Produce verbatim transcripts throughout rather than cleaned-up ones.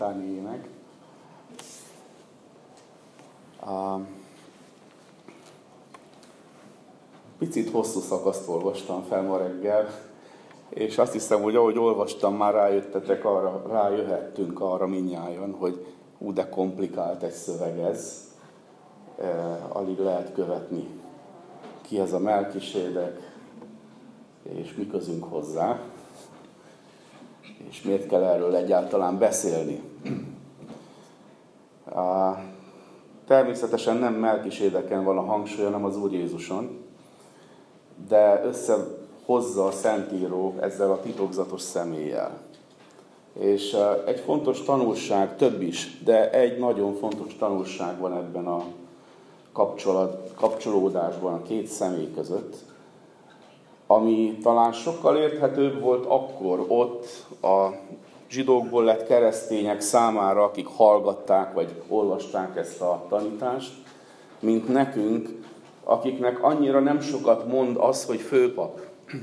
Dániének. A picit hosszú szakaszt olvastam fel ma reggel, és azt hiszem, hogy ahogy olvastam, már rájöttetek arra, rájöhettünk arra mindnyájan, hogy hú, de komplikált egy szöveg ez. E, alig lehet követni, ki ez a Melkisédek, és mi közünk hozzá, és miért kell erről egyáltalán beszélni. A, természetesen nem Melkisédeken van a hangsúly, hanem az Úr Jézuson, de összehozza a Szentíró ezzel a titokzatos személlyel. És egy fontos tanulság, több is, de egy nagyon fontos tanulság van ebben a kapcsolat, kapcsolódásban a két személy között, ami talán sokkal érthetőbb volt akkor ott a zsidókból lett keresztények számára, akik hallgatták vagy olvasták ezt a tanítást, mint nekünk, akiknek annyira nem sokat mond az, hogy főpap.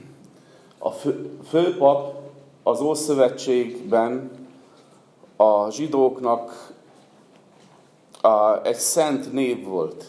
A fő, főpap az Ószövetségben a zsidóknak a, egy szent név volt.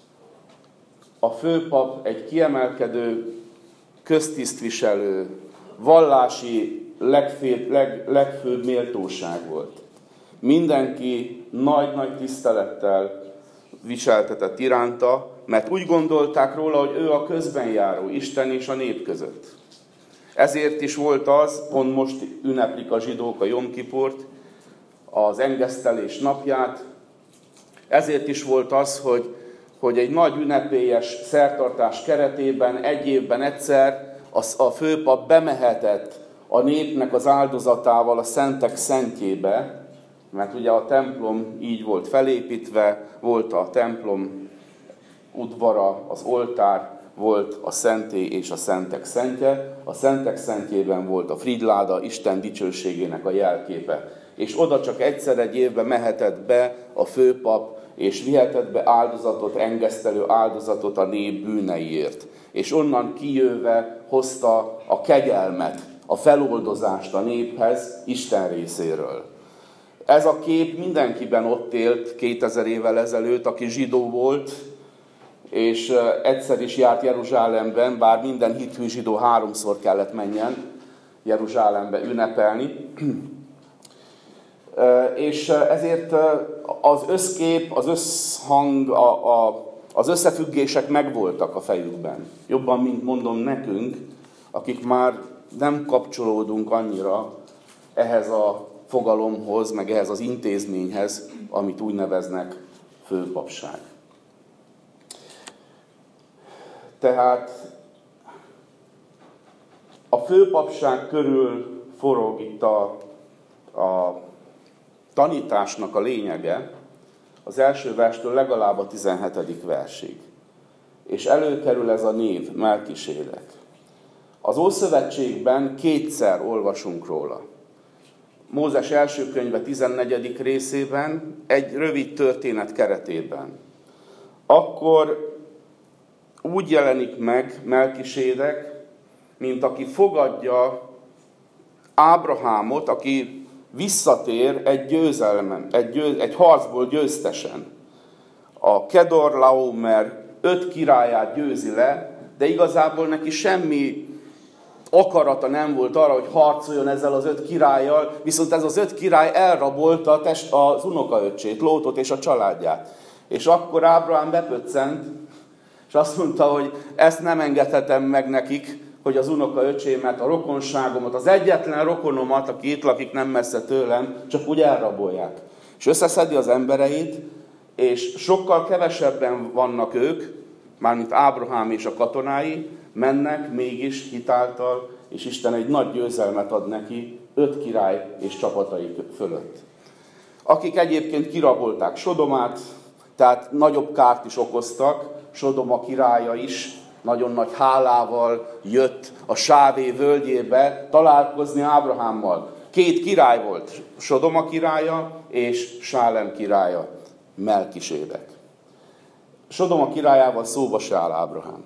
A főpap egy kiemelkedő, köztisztviselő, vallási legfőbb, leg, legfőbb méltóság volt. Mindenki nagy-nagy tisztelettel viseltetett iránta, mert úgy gondolták róla, hogy ő a közbenjáró, Isten és a nép között. Ezért is volt az, pont most ünneplik a zsidók a Jom Kipurt, az engesztelés napját, ezért is volt az, hogy, hogy egy nagy ünnepélyes szertartás keretében egy évben egyszer a főpap bemehetett a népnek az áldozatával a szentek szentjébe, mert ugye a templom így volt felépítve, volt a templom udvara, az oltár, volt a szentély és a szentek szentje. A szentek szentjében volt a Fridláda, Isten dicsőségének a jelképe. És oda csak egyszer egy évben mehetett be a főpap, és vihetett be áldozatot, engesztelő áldozatot a nép bűneiért. És onnan kijöve hozta a kegyelmet, a feloldozást a néphez Isten részéről. Ez a kép mindenkiben ott élt kétezer évvel ezelőtt, aki zsidó volt, és egyszer is járt Jeruzsálemben, bár minden hithű zsidó háromszor kellett menjen Jeruzsálembe ünnepelni. És ezért az összkép, az összhang, a, a, az összefüggések megvoltak a fejükben. Jobban, mint mondom nekünk, akik már nem kapcsolódunk annyira ehhez a fogalomhoz, meg ehhez az intézményhez, amit úgy neveznek főpapság. Tehát a főpapság körül forog itt a, a tanításnak a lényege, az első verstől legalább a tizenhetedik versig. És előkerül ez a név, Melkisédek. Az Ószövetségben kétszer olvasunk róla. Mózes első könyve tizennegyedik részében, egy rövid történet keretében. Akkor úgy jelenik meg Melkisédek, mint aki fogadja Ábrahámot, aki visszatér egy győzelmen, egy, győz, egy harcból győztesen. A Kedorlaomer öt királyát győzi le, de igazából neki semmi akarata nem volt arra, hogy harcoljon ezzel az öt királlyal, viszont ez az öt király elrabolta a test, az unokaöccsét, Lótot és a családját. És akkor Ábrahám bepöccent, és azt mondta, hogy ezt nem engedhetem meg nekik, hogy az unokaöcsémet, a rokonságomat, az egyetlen rokonomat, aki itt lakik nem messze tőlem, csak úgy elrabolják. És összeszedi az embereit, és sokkal kevesebben vannak ők, mármint Ábrahám és a katonái, mennek mégis hitáltal, és Isten egy nagy győzelmet ad neki öt király és csapatai fölött. Akik egyébként kirabolták Sodomát, tehát nagyobb kárt is okoztak, Sodoma királya is nagyon nagy hálával jött a Sávé völgyébe találkozni Ábrahámmal. Két király volt, Sodoma királya és Sálem királya, Melkisédek. Sodoma királyával szóba se áll Ábrahám.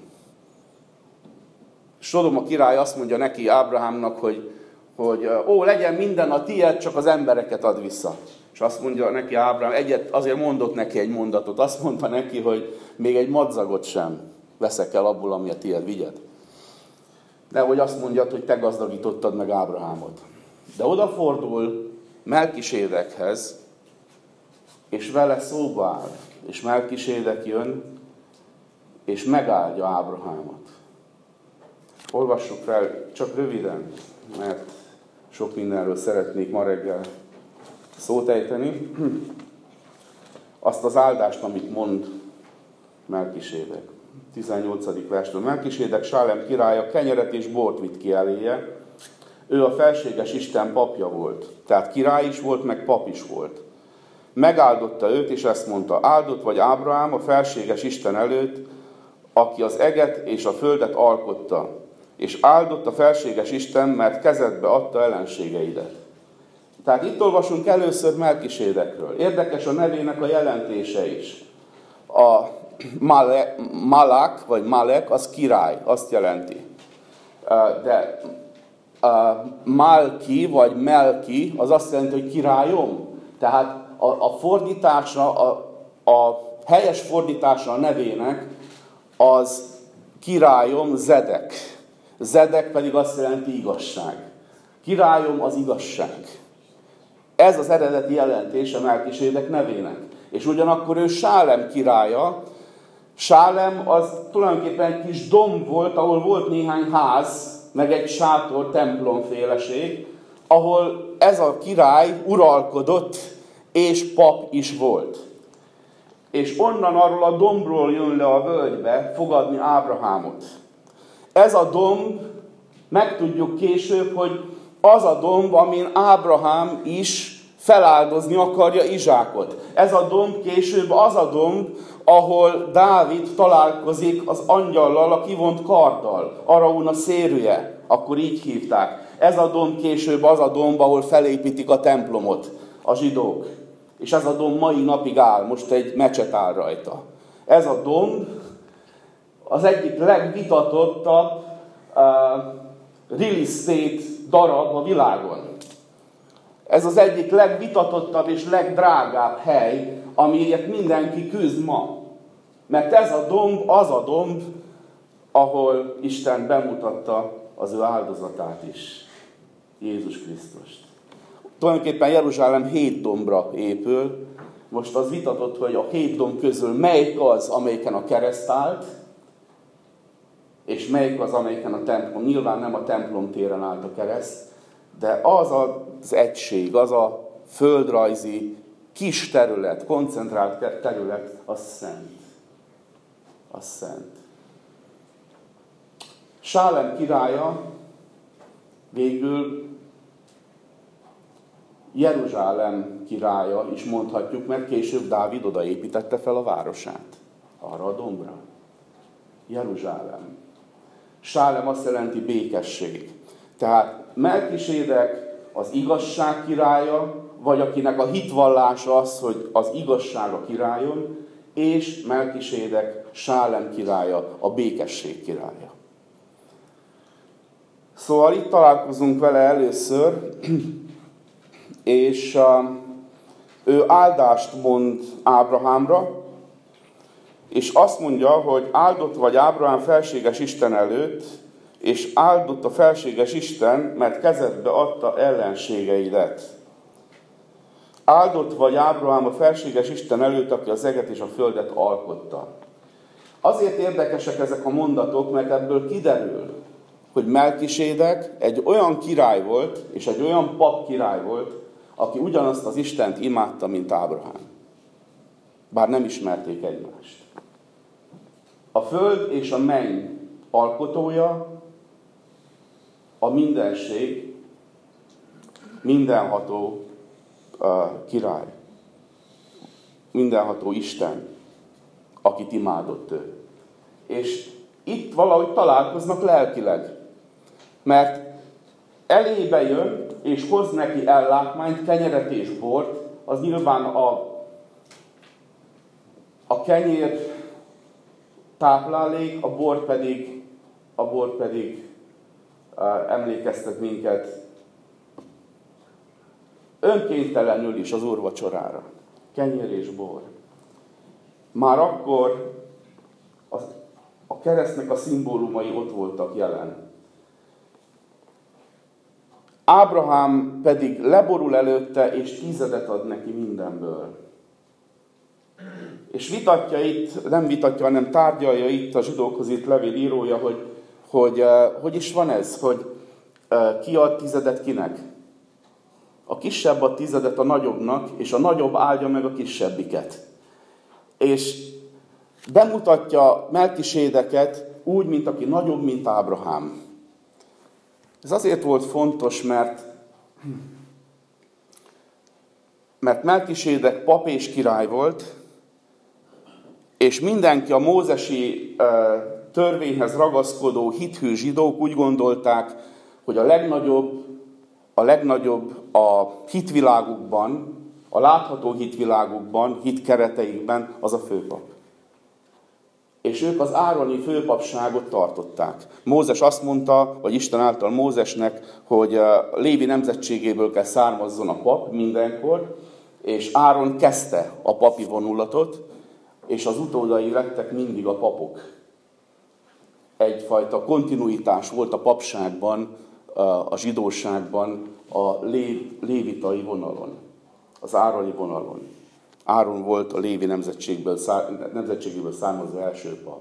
Sodoma király azt mondja neki, Ábrahámnak, hogy, hogy ó, legyen minden a tiéd, csak az embereket add vissza. És azt mondja neki Ábrahám, egyet, azért mondott neki egy mondatot, azt mondta neki, hogy még egy madzagot sem veszek el abból, ami a tiéd, vigyed. De hogy azt mondjad, hogy te gazdagítottad meg Ábrahámot. De odafordul Melkisédekhez, és vele szóba áll. És Melkisédek jön, és megáldja Ábrahámot. Olvassuk fel csak röviden, mert sok mindenről szeretnék ma reggel szót ejteni. Azt az áldást, amit mond Melkisédek. tizennyolcadik verstől. Melkisédek, Sálem királya, kenyeret és bort vitt ki eléje. Ő a felséges Isten papja volt. Tehát király is volt, meg pap is volt. Megáldotta őt, és ezt mondta: áldott vagy Ábrahám a felséges Isten előtt, aki az eget és a földet alkotta. És áldott a felséges Isten, mert kezedbe adta ellenségeidet. Tehát itt olvasunk először Melkisédekről. Érdekes a nevének a jelentése is. A Male, Malák, vagy Malek, az király, azt jelenti. De Malki, vagy Melki, az azt jelenti, hogy királyom. Tehát a, a fordításra, a, a helyes fordítása a nevének az királyom Zedek. Zedek pedig azt jelenti igazság. Királyom az igazság. Ez az eredeti jelentése Melkisédek nevének. És ugyanakkor ő Sálem királya. Sálem az tulajdonképpen egy kis domb volt, ahol volt néhány ház, meg egy sátor, templomféleség, ahol ez a király uralkodott, és pap is volt. És onnan arról a dombról jön le a völgybe fogadni Ábrahámot. Ez a domb, megtudjuk később, hogy az a domb, amin Ábrahám is feláldozni akarja Izsákot. Ez a domb később az a domb, ahol Dávid találkozik az angyallal, a kivont karddal, Araúna szérűje, akkor így hívták. Ez a domb később az a domb, ahol felépítik a templomot a zsidók. És ez a domb mai napig áll, most egy mecset áll rajta. Ez a domb az egyik legvitatottabb uh, real estate darab a világon. Ez az egyik legvitatottabb és legdrágább hely, amiért mindenki küzd ma. Mert ez a domb az a domb, ahol Isten bemutatta az ő áldozatát is, Jézus Krisztust. Tulajdonképpen Jeruzsálem hét dombra épül. Most az vitatott, hogy a hét domb közül melyik az, amelyiken a kereszt állt, és melyik az, amelyiken a templom. Nyilván nem a templom téren állt a kereszt, de az az egység, az a földrajzi kis terület, koncentrált terület, az szent. Az szent. Sálem királya végül Jeruzsálem királya is mondhatjuk, mert később Dávid odaépítette fel a városát. Arra a dombra. Jeruzsálem. Sálem azt jelenti békesség. Tehát Melkisédek az igazság királya, vagy akinek a hitvallása az, hogy az igazság a királyon, és Melkisédek Sálem királya, a békesség királya. Szóval itt találkozunk vele először, és uh, ő áldást mond Ábrahámra, és azt mondja, hogy áldott vagy Ábrahám felséges Isten előtt, és áldott a felséges Isten, mert kezedbe adta ellenségeidet. Áldott vagy Ábrahám a felséges Isten előtt, aki az eget és a földet alkotta. Azért érdekesek ezek a mondatok, mert ebből kiderül, hogy Melkisédek egy olyan király volt, és egy olyan pap király volt, aki ugyanazt az Istent imádta, mint Ábrahám. Bár nem ismerték egymást. A föld és a menny alkotója, a mindenség, mindenható uh, király. Mindenható Isten, akit imádott ő. És itt valahogy találkoznak lelkileg. Mert elébe jön, és hoz neki ellátmányt, kenyeret és bort, az nyilván a, a kenyér táplálék, a bor pedig, a bor pedig uh, emlékeztet minket önkéntelenül is az úrvacsorára. Kenyér és bor. Már akkor a, a keresztnek a szimbólumai ott voltak jelen. Ábrahám pedig leborul előtte, és tízedet ad neki mindenből. És vitatja itt, nem vitatja, hanem tárgyalja itt a zsidókhoz írt levél írója, hogy hogy, uh, hogy is van ez, hogy uh, ki ad tizedet kinek? A kisebb ad tizedet a nagyobbnak, és a nagyobb áldja meg a kisebbiket. És bemutatja Melkisédeket úgy, mint aki nagyobb, mint Ábrahám. Ez azért volt fontos, mert, mert Melkisédek pap és király volt, és mindenki a mózesi uh, törvényhez ragaszkodó hithű zsidók úgy gondolták, hogy a legnagyobb, a legnagyobb a hitvilágukban, a látható hitvilágukban, hitkereteikben az a főpap. És ők az ároni főpapságot tartották. Mózes azt mondta, vagy Isten által Mózesnek, hogy Lévi nemzetségéből kell származzon a pap mindenkor, és Áron kezdte a papi vonulatot, és az utódai lettek mindig a papok. Egyfajta kontinuitás volt a papságban, a zsidóságban, a lévitai vonalon, az ároni vonalon. Áron volt a Lévi nemzetségből, nemzetségéből származó első pap.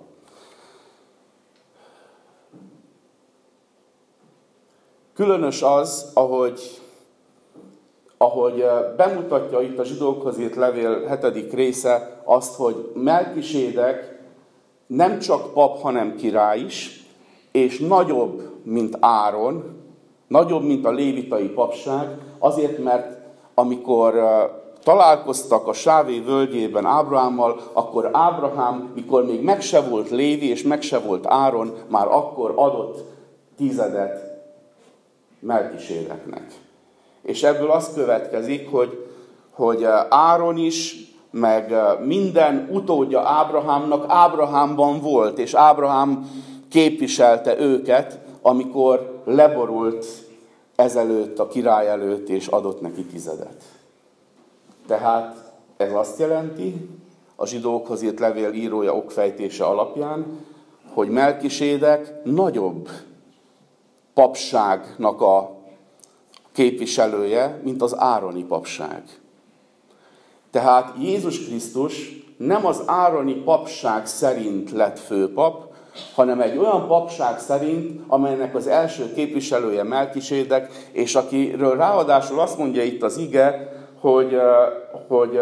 Különös az, ahogy, ahogy bemutatja itt a zsidókhoz írt levél hetedik része azt, hogy Melkisédek nem csak pap, hanem király is, és nagyobb, mint Áron, nagyobb, mint a lévitai papság, azért, mert amikor találkoztak a Sávé völgyében Ábrahámmal, akkor Ábrahám, mikor még meg se volt Lévi, és meg se volt Áron, már akkor adott tizedet Melkisédeknek. És ebből az következik, hogy, hogy Áron is, meg minden utódja Ábrahámnak Ábrahámban volt, és Ábrahám képviselte őket, amikor leborult ezelőtt a király előtt, és adott neki tizedet. Tehát ez azt jelenti, a zsidókhoz írt levél írója okfejtése alapján, hogy Melkisédek nagyobb papságnak a képviselője, mint az ároni papság. Tehát Jézus Krisztus nem az ároni papság szerint lett főpap, hanem egy olyan papság szerint, amelynek az első képviselője Melkisédek, és akiről ráadásul azt mondja itt az ige, hogy, hogy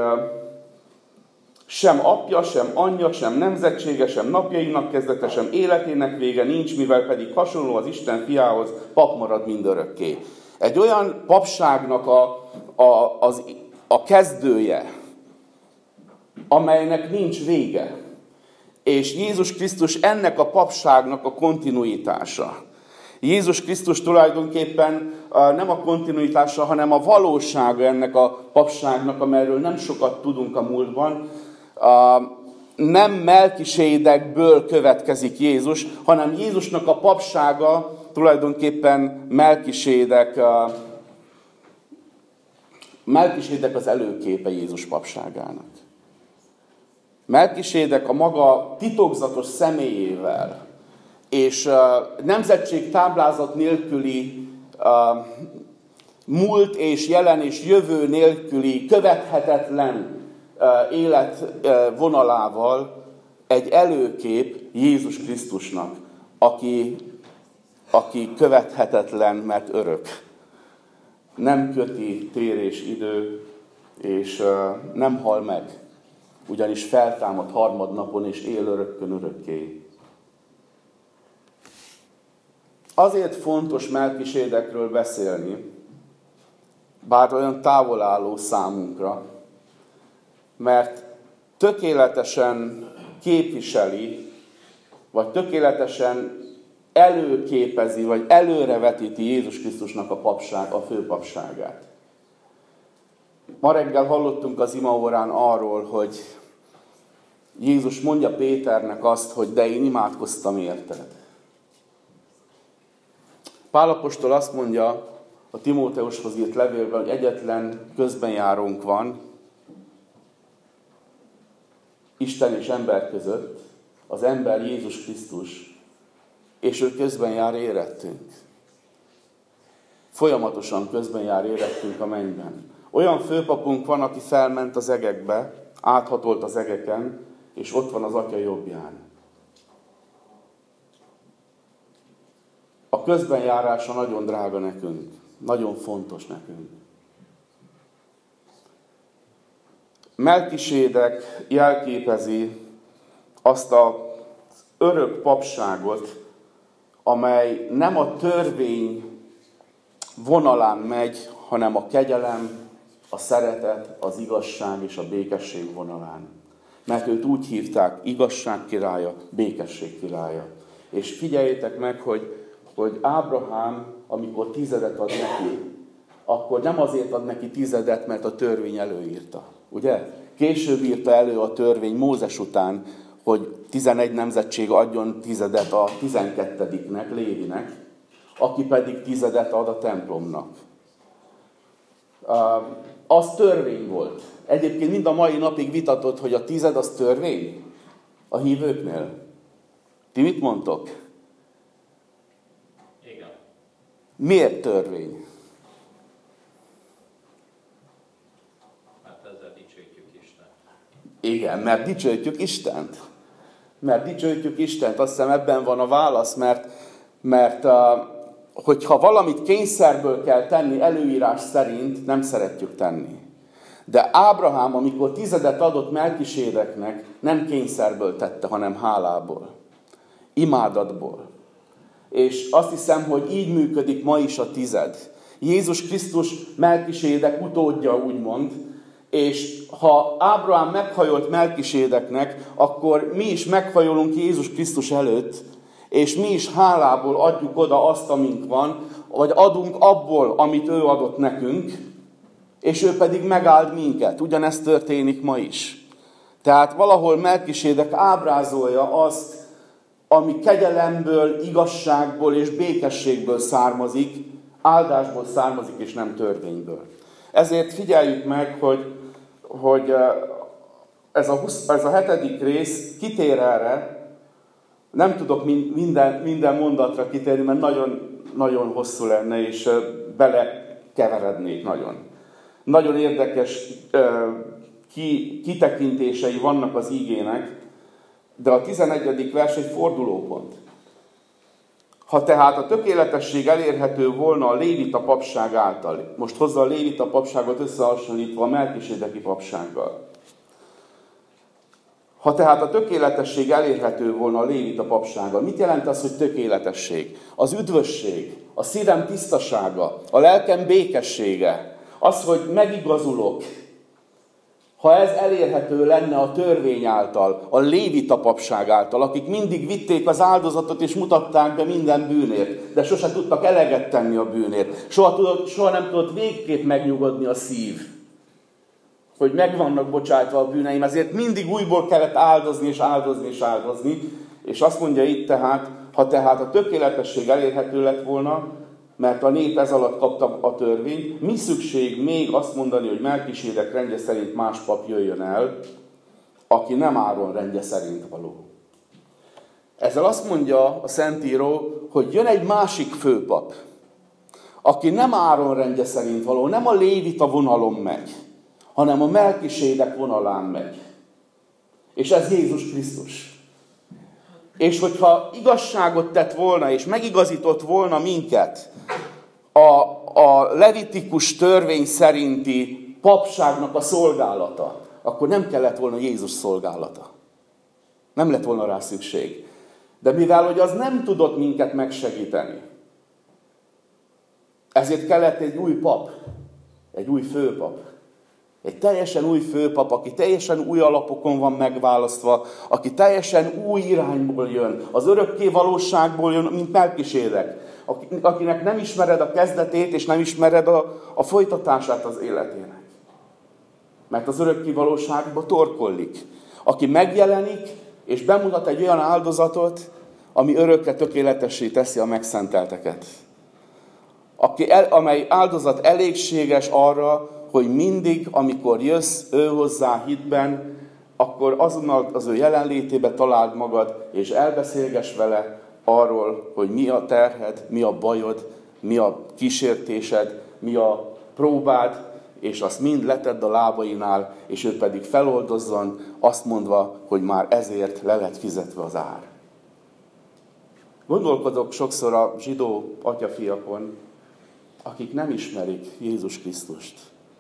sem apja, sem anyja, sem nemzetsége, sem napjainak kezdete, sem életének vége nincs, mivel pedig hasonló az Isten fiához, pap marad mindörökké. Egy olyan papságnak a, a, az, a kezdője, amelynek nincs vége. És Jézus Krisztus ennek a papságnak a kontinuitása. Jézus Krisztus tulajdonképpen nem a kontinuitása, hanem a valósága ennek a papságnak, amelyről nem sokat tudunk a múltban. Nem Melkisédekből következik Jézus, hanem Jézusnak a papsága tulajdonképpen Melkisédek, Melkisédek az előképe Jézus papságának. Melkisédek a maga titokzatos személyével és uh, nemzetség táblázat nélküli, uh, múlt és jelen és jövő nélküli, követhetetlen uh, életvonalával uh, egy előkép Jézus Krisztusnak, aki, aki követhetetlen, mert örök. Nem köti tér és idő, és uh, nem hal meg. Ugyanis feltámad harmadnapon, és él örökkön örökké. Azért fontos Melkisédekről beszélni, bár olyan távol álló számunkra, mert tökéletesen képviseli, vagy tökéletesen előképezi, vagy előrevetíti Jézus Krisztusnak a, papság, a főpapságát. Ma reggel hallottunk az imaórán arról, hogy Jézus mondja Péternek azt, hogy de én imádkoztam érted. Pál apostol azt mondja a Timóteushoz írt levélben, hogy egyetlen közbenjárónk van Isten és ember között, az ember Jézus Krisztus, és ő közben jár érettünk. Folyamatosan közben jár érettünk a mennyben. Olyan főpapunk van, aki felment az egekbe, áthatolt az egeken, és ott van az Atya jobbján. A közbenjárása nagyon drága nekünk, nagyon fontos nekünk. Melkisédek jelképezi azt az örök papságot, amely nem a törvény vonalán megy, hanem a kegyelem, a szeretet, az igazság és a békesség vonalán. Mert őt úgy hívták, igazság királya, békesség királya. És figyeljétek meg, hogy, hogy Ábrahám, amikor tizedet ad neki, akkor nem azért ad neki tizedet, mert a törvény előírta. Ugye? Később írta elő a törvény Mózes után, hogy tizenegy nemzetség adjon tizedet a tizenkettediknek, Lévinek, aki pedig tizedet ad a templomnak. Az törvény volt. Egyébként mind a mai napig vitatott, hogy a tized az törvény a hívőknél. Ti mit mondtok? Igen. Miért törvény? Mert ezzel dicsőítjük Istent. Igen, mert dicsőítjük Istent. Mert dicsőítjük Istent. Azt hiszem ebben van a válasz, mert, mert uh, hogyha valamit kényszerből kell tenni előírás szerint, nem szeretjük tenni. De Ábrahám, amikor tizedet adott Melkisédeknek, nem kényszerből tette, hanem hálából. Imádatból. És azt hiszem, hogy így működik ma is a tized. Jézus Krisztus Melkisédek utódja, úgymond, és ha Ábrahám meghajolt Melkisédeknek, akkor mi is meghajolunk Jézus Krisztus előtt, és mi is hálából adjuk oda azt, amink van, vagy adunk abból, amit ő adott nekünk, és ő pedig megáld minket. Ugyanezt történik ma is. Tehát valahol Melkisédek ábrázolja azt, ami kegyelemből, igazságból és békességből származik, áldásból származik, és nem törvényből. Ezért figyeljük meg, hogy, hogy ez, a húsz, ez a hetedik rész kitér erre. Nem tudok minden, minden mondatra kitérni, mert nagyon, nagyon hosszú lenne, és belekeverednék nagyon. Nagyon érdekes kitekintései vannak az igének, de a tizenegyedik vers egy fordulópont. Ha tehát a tökéletesség elérhető volna a lévita papság által, most hozza a lévita papságot összehasonlítva a melkisédeki papsággal. Ha tehát a tökéletesség elérhető volna a lévita papsággal, mit jelent az, hogy tökéletesség? Az üdvösség, a szívem tisztasága, a lelkem békessége, az, hogy megigazulok. Ha ez elérhető lenne a törvény által, a lévita papság által, akik mindig vitték az áldozatot és mutatták be minden bűnért, de sose tudtak eleget tenni a bűnért. Soha, tudott, soha nem tudott végképp megnyugodni a szív, hogy meg vannak bocsátva a bűneim, ezért mindig újból kellett áldozni és áldozni és áldozni. És azt mondja itt tehát, ha tehát a tökéletesség elérhető lett volna, mert a nép ez alatt kapta a törvényt, mi szükség még azt mondani, hogy Melkisédek rendje szerint más pap jöjjön el, aki nem Áron rendje szerint való. Ezzel azt mondja a Szentíró, hogy jön egy másik főpap, aki nem Áron rendje szerint való, nem a lévita vonalon megy, hanem a Melkisédek vonalán megy. És ez Jézus Krisztus. És hogyha igazságot tett volna, és megigazított volna minket a, a levitikus törvény szerinti papságnak a szolgálata, akkor nem kellett volna Jézus szolgálata. Nem lett volna rá szükség. De mivel, hogy az nem tudott minket megsegíteni, ezért kellett egy új pap, egy új főpap. Egy teljesen új főpap, aki teljesen új alapokon van megválasztva, aki teljesen új irányból jön, az örökké valóságból jön, mint Melkisédek, akinek nem ismered a kezdetét, és nem ismered a, a folytatását az életének. Mert az örökké valóságba torkollik. Aki megjelenik, és bemutat egy olyan áldozatot, ami örökre tökéletessé teszi a megszentelteket. aki el, amely áldozat elégséges arra, hogy mindig, amikor jössz ő hozzá hitben, akkor azonnal az ő jelenlétébe találd magad, és elbeszélgess vele arról, hogy mi a terhed, mi a bajod, mi a kísértésed, mi a próbád, és azt mind letedd a lábainál, és ő pedig feloldozzon, azt mondva, hogy már ezért le lett fizetve az ár. Gondolkodok sokszor a zsidó atyafiakon, akik nem ismerik Jézus Krisztust.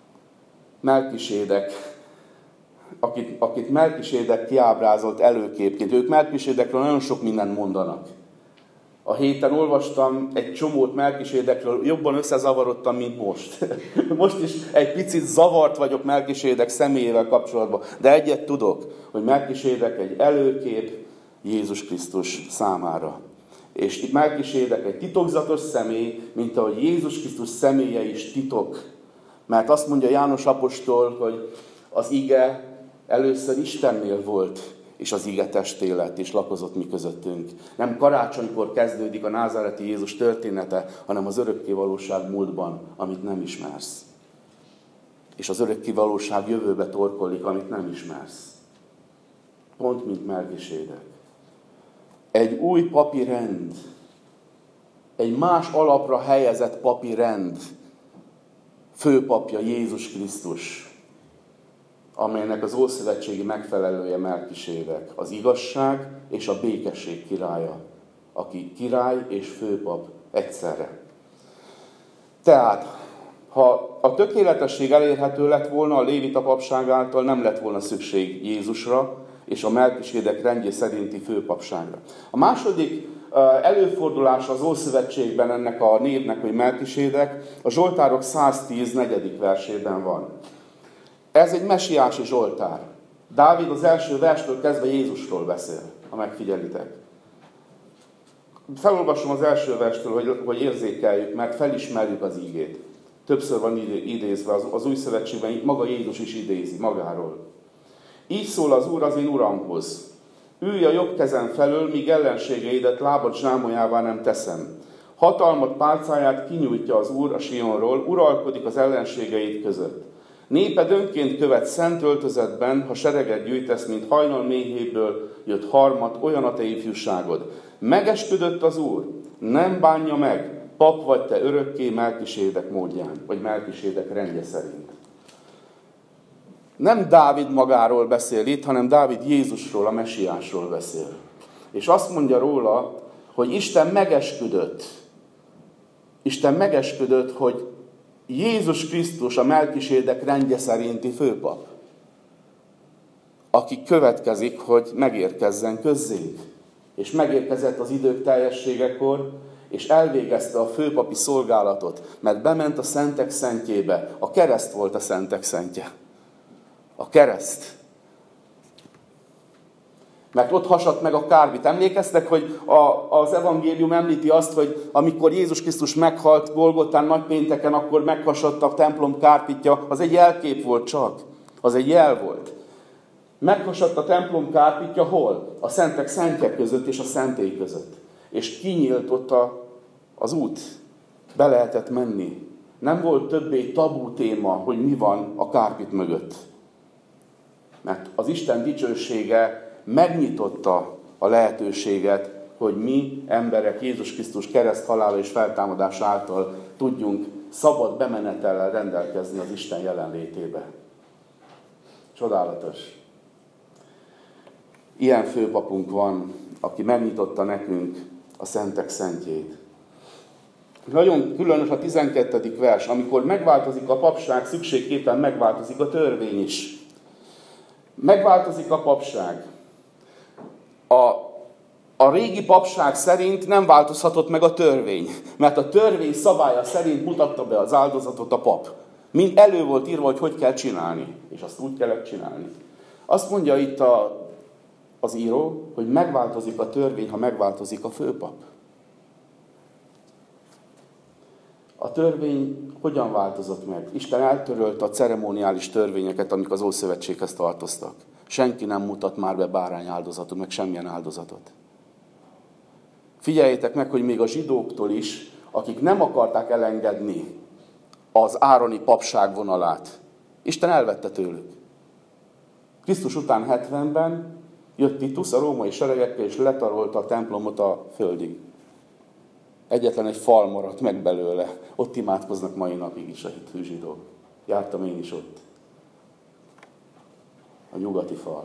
Melkisédek, akit, akit Melkisédek kiábrázolt előképként. Ők Melkisédekről nagyon sok mindent mondanak. A héten olvastam egy csomót Melkisédekről, jobban összezavarodtam, mint most. Most is egy picit zavart vagyok Melkisédek személyével kapcsolatban, de egyet tudok, hogy Melkisédek egy előkép Jézus Krisztus számára. És itt Melkisédek egy titokzatos személy, mint ahogy Jézus Krisztus személye is titok. Mert azt mondja János apostol, hogy az ige először Istennél volt, és az ige testé lett, és lakozott mi közöttünk. Nem karácsonykor kezdődik a názáreti Jézus története, hanem az örökké valóság múltban, amit nem ismersz. És az örökké valóság jövőbe torkollik, amit nem ismersz. Pont, mint Melkisédek. Egy új papi rend, egy más alapra helyezett papi rend, főpapja Jézus Krisztus, amelynek az ószövetségi megfelelője Melkisédek, az igazság és a békesség királya, aki király és főpap egyszerre. Tehát, ha a tökéletesség elérhető lett volna a lévita papság által, nem lett volna szükség Jézusra és a Melkisédek rendje szerinti főpapságra. A második előfordulás az Ószövetségben ennek a névnek, hogy Melkisédek, a Zsoltárok száztíz negyedik versében van. Ez egy mesiási zsoltár. Dávid az első verstől kezdve Jézusról beszél, ha megfigyelitek. Felolvasom az első verstől, hogy, hogy érzékeljük, mert felismerjük az ígét. Többször van idézve, az, az új szövetségben maga Jézus is idézi magáról. Így szól az Úr az én Uramhoz. Ülj a jobb kezem felől, míg ellenségeidet lábad zsámolyává nem teszem. Hatalmat pálcáját kinyújtja az Úr a Sionról, uralkodik az ellenségeid között. Néped önként követ szent öltözetben, ha sereget gyűjtesz, mint hajnal méhéből jött harmat, olyan a te ifjúságod. Megesküdött az Úr, nem bánja meg, pap vagy te örökké Melkisédek módján, vagy Melkisédek rendje szerint. Nem Dávid magáról beszél itt, hanem Dávid Jézusról, a mesiásról beszél. És azt mondja róla, hogy Isten megesküdött. Isten megesküdött, hogy Jézus Krisztus a Melkisédek rendje szerinti főpap, aki következik, hogy megérkezzen közzénk. És megérkezett az idők teljességekor, és elvégezte a főpapi szolgálatot, mert bement a szentek szentjébe. A kereszt volt a szentek szentje. A kereszt. Mert ott hasadt meg a kárpit. Emlékeztek, hogy a, az evangélium említi azt, hogy amikor Jézus Krisztus meghalt Golgotán nagypénteken, akkor meghasadt a templom kárpitja. Az egy jelkép volt csak. Az egy jel volt. Meghasadt a templom kárpitja hol? A szentek szentje között és a szentély között. És kinyílt ott a, az út. Be lehetett menni. Nem volt többé tabú téma, hogy mi van a kárpit mögött. Mert az Isten dicsősége megnyitotta a lehetőséget, hogy mi emberek Jézus Krisztus kereszt halála és feltámadás által tudjunk szabad bemenetellel rendelkezni az Isten jelenlétébe. Csodálatos. Ilyen főpapunk van, aki megnyitotta nekünk a szentek szentjét. Nagyon különös a tizenkettedik vers, amikor megváltozik a papság, szükségképpen megváltozik a törvény is. Megváltozik a papság. A, a régi papság szerint nem változhatott meg a törvény, mert a törvény szabálya szerint mutatta be az áldozatot a pap. Mind elő volt írva, hogy hogy kell csinálni, és azt úgy kellett csinálni. Azt mondja itt a, az író, hogy megváltozik a törvény, ha megváltozik a főpap. A törvény hogyan változott meg? Isten eltörölte a ceremoniális törvényeket, amik az Ószövetséghez tartoztak. Senki nem mutat már be bárány áldozatot, meg semmilyen áldozatot. Figyeljétek meg, hogy még a zsidóktól is akik nem akarták elengedni az ároni papság vonalát, Isten elvette tőlük. Krisztus után hetvenben jött Titus a római seregekkel, és letarolta a templomot a földig. Egyetlen egy fal maradt meg belőle. Ott imádkoznak mai napig is a hithű zsidók. Jártam én is ott. A nyugati fal.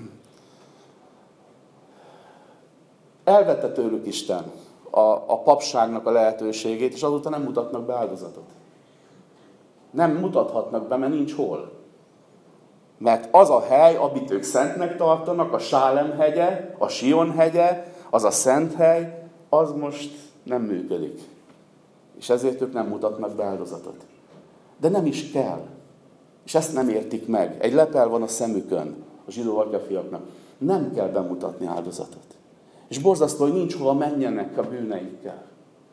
Elvette tőlük Isten a, a papságnak a lehetőségét, és azóta nem mutatnak be áldozatot. Nem mutathatnak be, mert nincs hol. Mert az a hely, amit ők szentnek tartanak, a Sálem hegye, a Sion hegye, az a szent hely, az most nem működik. És ezért ők nem mutatnak be áldozatot. De nem is kell. És ezt nem értik meg. Egy lepel van a szemükön, a zsidó atyafiaknak. Nem kell bemutatni áldozatot. És borzasztó, hogy nincs hova menjenek a bűneikkel.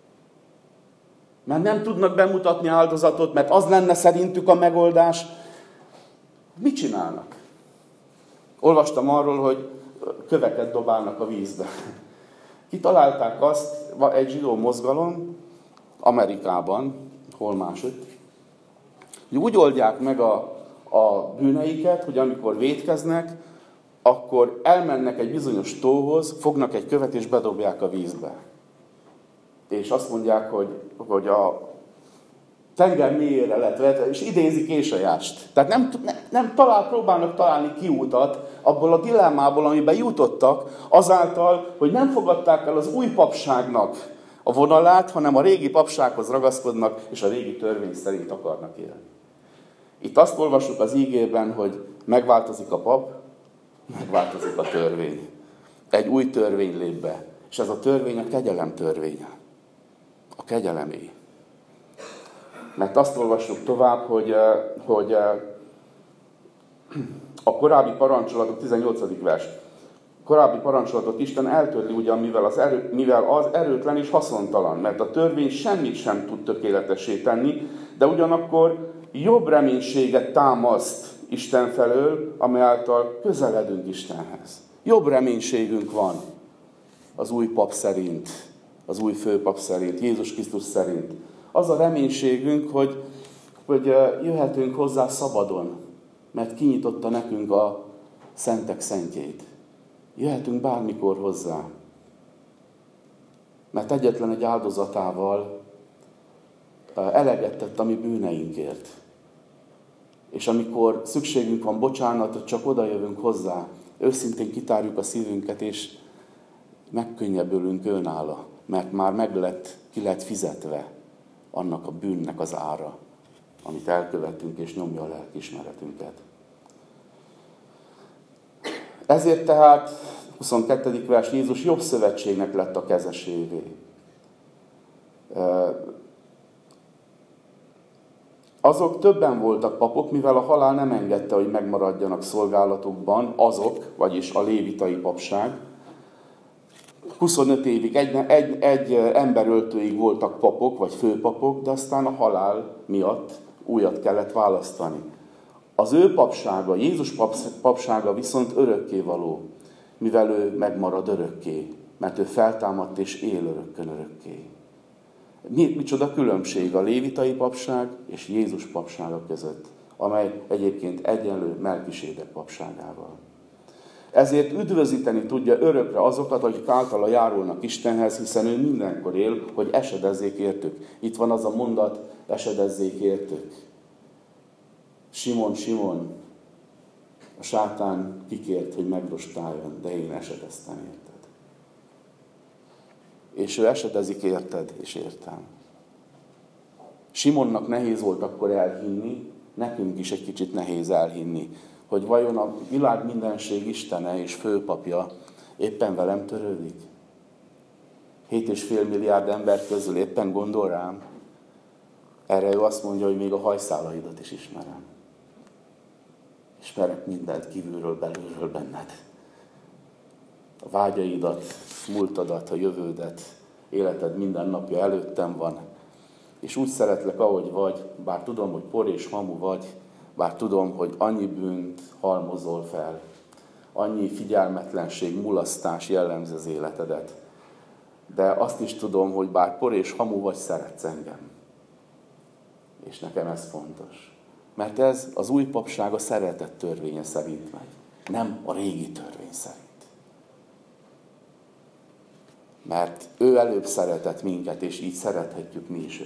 Mert nem tudnak bemutatni áldozatot, mert az lenne szerintük a megoldás. Mit csinálnak? Olvastam arról, hogy köveket dobálnak a vízbe. Kitalálták azt, egy zsidó mozgalom, Amerikában, hol máshogy, hogy úgy oldják meg a, a bűneiket, hogy amikor vétkeznek, akkor elmennek egy bizonyos tóhoz, fognak egy követ és bedobják a vízbe. És azt mondják, hogy, hogy a tenger mélyére lett, és idézik Ésajást. Tehát nem, nem, nem talál, próbálnak találni kiútat abból a dilemmából, amiben jutottak, azáltal, hogy nem fogadták el az új papságnak a vonalát, hanem a régi papsághoz ragaszkodnak, és a régi törvény szerint akarnak élni. Itt azt olvassuk az ígében, hogy megváltozik a pap, megváltozik a törvény. Egy új törvény lép be. És ez a törvény a kegyelem törvénye. A kegyelemé. Mert azt olvassuk tovább, hogy, hogy a korábbi parancsolatok, tizennyolcadik vers. Korábbi parancsolatot Isten eltörli ugyan, mivel az, erő, mivel az erőtlen és haszontalan, mert a törvény semmit sem tud tökéletessé tenni, de ugyanakkor jobb reménységet támaszt Isten felől, amely által közeledünk Istenhez. Jobb reménységünk van az új pap szerint, az új főpap szerint, Jézus Krisztus szerint. Az a reménységünk, hogy, hogy jöhetünk hozzá szabadon, mert kinyitotta nekünk a szentek szentjét. Jöhetünk bármikor hozzá. Mert egyetlen egy áldozatával eleget tett a mi bűneinkért. És amikor szükségünk van bocsánatot, csak oda jövünk hozzá. Őszintén kitárjuk a szívünket, és megkönnyebbülünk őnála. Mert már meg lett, ki lett fizetve annak a bűnnek az ára, amit elkövettünk, és nyomja a lelkiismeretünket. Ezért tehát, huszonkettedik vers, Jézus jobb szövetségnek lett a kezesévé. Azok többen voltak papok, mivel a halál nem engedte, hogy megmaradjanak szolgálatukban, azok, vagyis a lévitai papság. huszonöt évig, egy, egy, egy emberöltőig voltak papok, vagy főpapok, de aztán a halál miatt újat kellett választani. Az ő papsága, Jézus papsága viszont örökkévaló, mivel ő megmarad örökké, mert ő feltámadt és él örökkön örökké. Micsoda különbség a lévitai papság és Jézus papsága között, amely egyébként egyenlő Melkisédek papságával. Ezért üdvözíteni tudja örökre azokat, akik általa járulnak Istenhez, hiszen ő mindenkor él, hogy esedezzék értük. Itt van az a mondat, esedezzék értük. Simon, Simon, a sátán kikért, hogy megrostáljon, de én esedeztem érted. És ő esedezik érted, és értem. Simonnak nehéz volt akkor elhinni, nekünk is egy kicsit nehéz elhinni, hogy vajon a világ mindenség Istene és főpapja éppen velem törődik? Hét és fél milliárd ember közül éppen gondol rám? Erre ő azt mondja, hogy még a hajszálaidat is ismerem. Ismerek mindent kívülről, belülről benned. A vágyaidat, múltadat, a jövődet, életed minden napja előttem van. És úgy szeretlek, ahogy vagy, bár tudom, hogy por és hamu vagy, bár tudom, hogy annyi bűnt halmozol fel, annyi figyelmetlenség, mulasztás jellemzi az életedet. de azt is tudom, hogy bár por és hamu vagy, szeretsz engem. És nekem ez fontos. Mert ez az új papság a szeretet törvénye szerint megy, nem a régi törvény szerint. Mert ő előbb szeretett minket, és így szerethetjük mi is őt.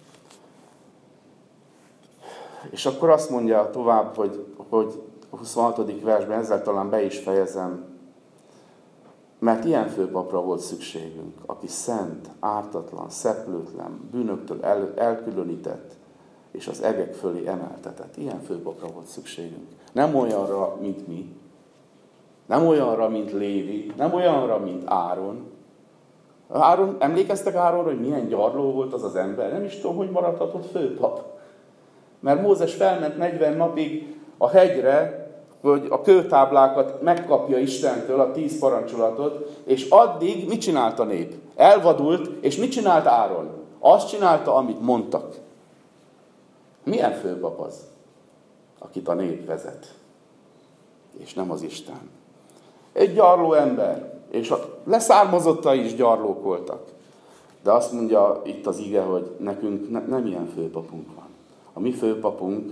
És akkor azt mondja tovább, hogy, hogy a huszonhatodik versben, ezzel talán be is fejezem, mert ilyen főpapra volt szükségünk, aki szent, ártatlan, szeplőtlen, bűnöktől el, elkülönített, és az egek fölé emeltetett. Ilyen főpapra volt szükségünk. Nem olyanra, mint mi, nem olyanra, mint Lévi, nem olyanra, mint Áron. Áron, emlékeztek Áronra, hogy milyen gyarló volt az az ember? Nem is tudom, hogy maradhatott főpap. Mert Mózes felment negyven napig a hegyre, hogy a kőtáblákat megkapja Istentől, a tíz parancsolatot, és addig mit csinált a nép? Elvadult, és mit csinált Áron? Azt csinálta, amit mondtak. Milyen főpap az, akit a nép vezet, és nem az Isten? Egy gyarló ember, és a leszármazottai is gyarlók voltak. De azt mondja itt az ige, hogy nekünk ne, nem ilyen főpapunk van. A mi főpapunk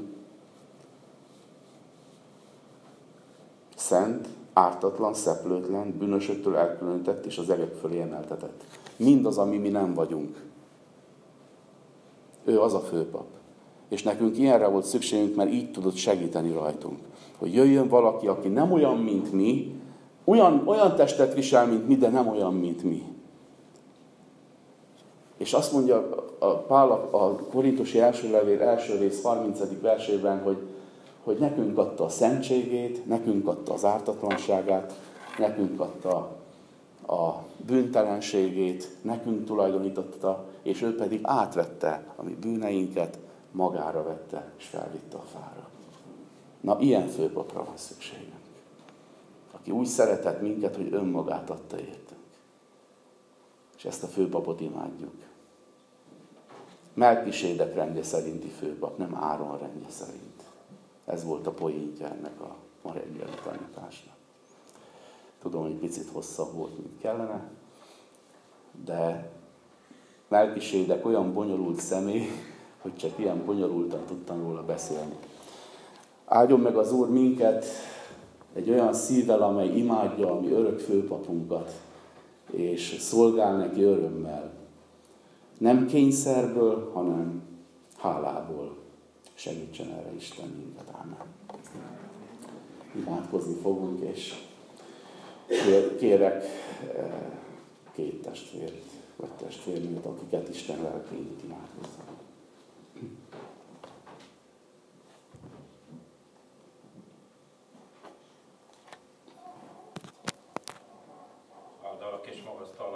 szent, ártatlan, szeplőtlen, bűnösöktől elkülönített, és az egek fölé emeltetett. Mindaz, ami mi nem vagyunk. Ő az a főpap. És nekünk ilyenre volt szükségünk, mert így tudott segíteni rajtunk. Hogy jöjjön valaki, aki nem olyan, mint mi, olyan, olyan testet visel, mint mi, de nem olyan, mint mi. És azt mondja a Pál a Korintusi első levél első rész harmincadik versében, hogy, hogy nekünk adta a szentségét, nekünk adta az ártatlanságát, nekünk adta a bűntelenségét, nekünk tulajdonította, és ő pedig átvette a mi bűneinket, magára vette, és felvitte a fára. Na, ilyen főpapra van szükségünk. Aki úgy szeretett minket, hogy önmagát adta értünk. És ezt a főpapot imádjuk. Melkisédek rendje szerinti főpap, nem Áron rendje szerint. Ez volt a poéntja ennek a ma reggeli tanításnak. Tudom, hogy picit hosszabb volt, mint kellene, de Melkisédek olyan bonyolult személy, hogy csak ilyen bonyolultan tudtam róla beszélni. Áldjon meg az Úr minket egy olyan szívvel, amely imádja a mi örök főpapunkat, és szolgál neki örömmel. Nem kényszerből, hanem hálából. Segítsen erre Isten minket. Ámen. Imádkozni fogunk, és kérek két testvért, vagy testvérnőt, akiket Isten lelkényt imádkozzanak.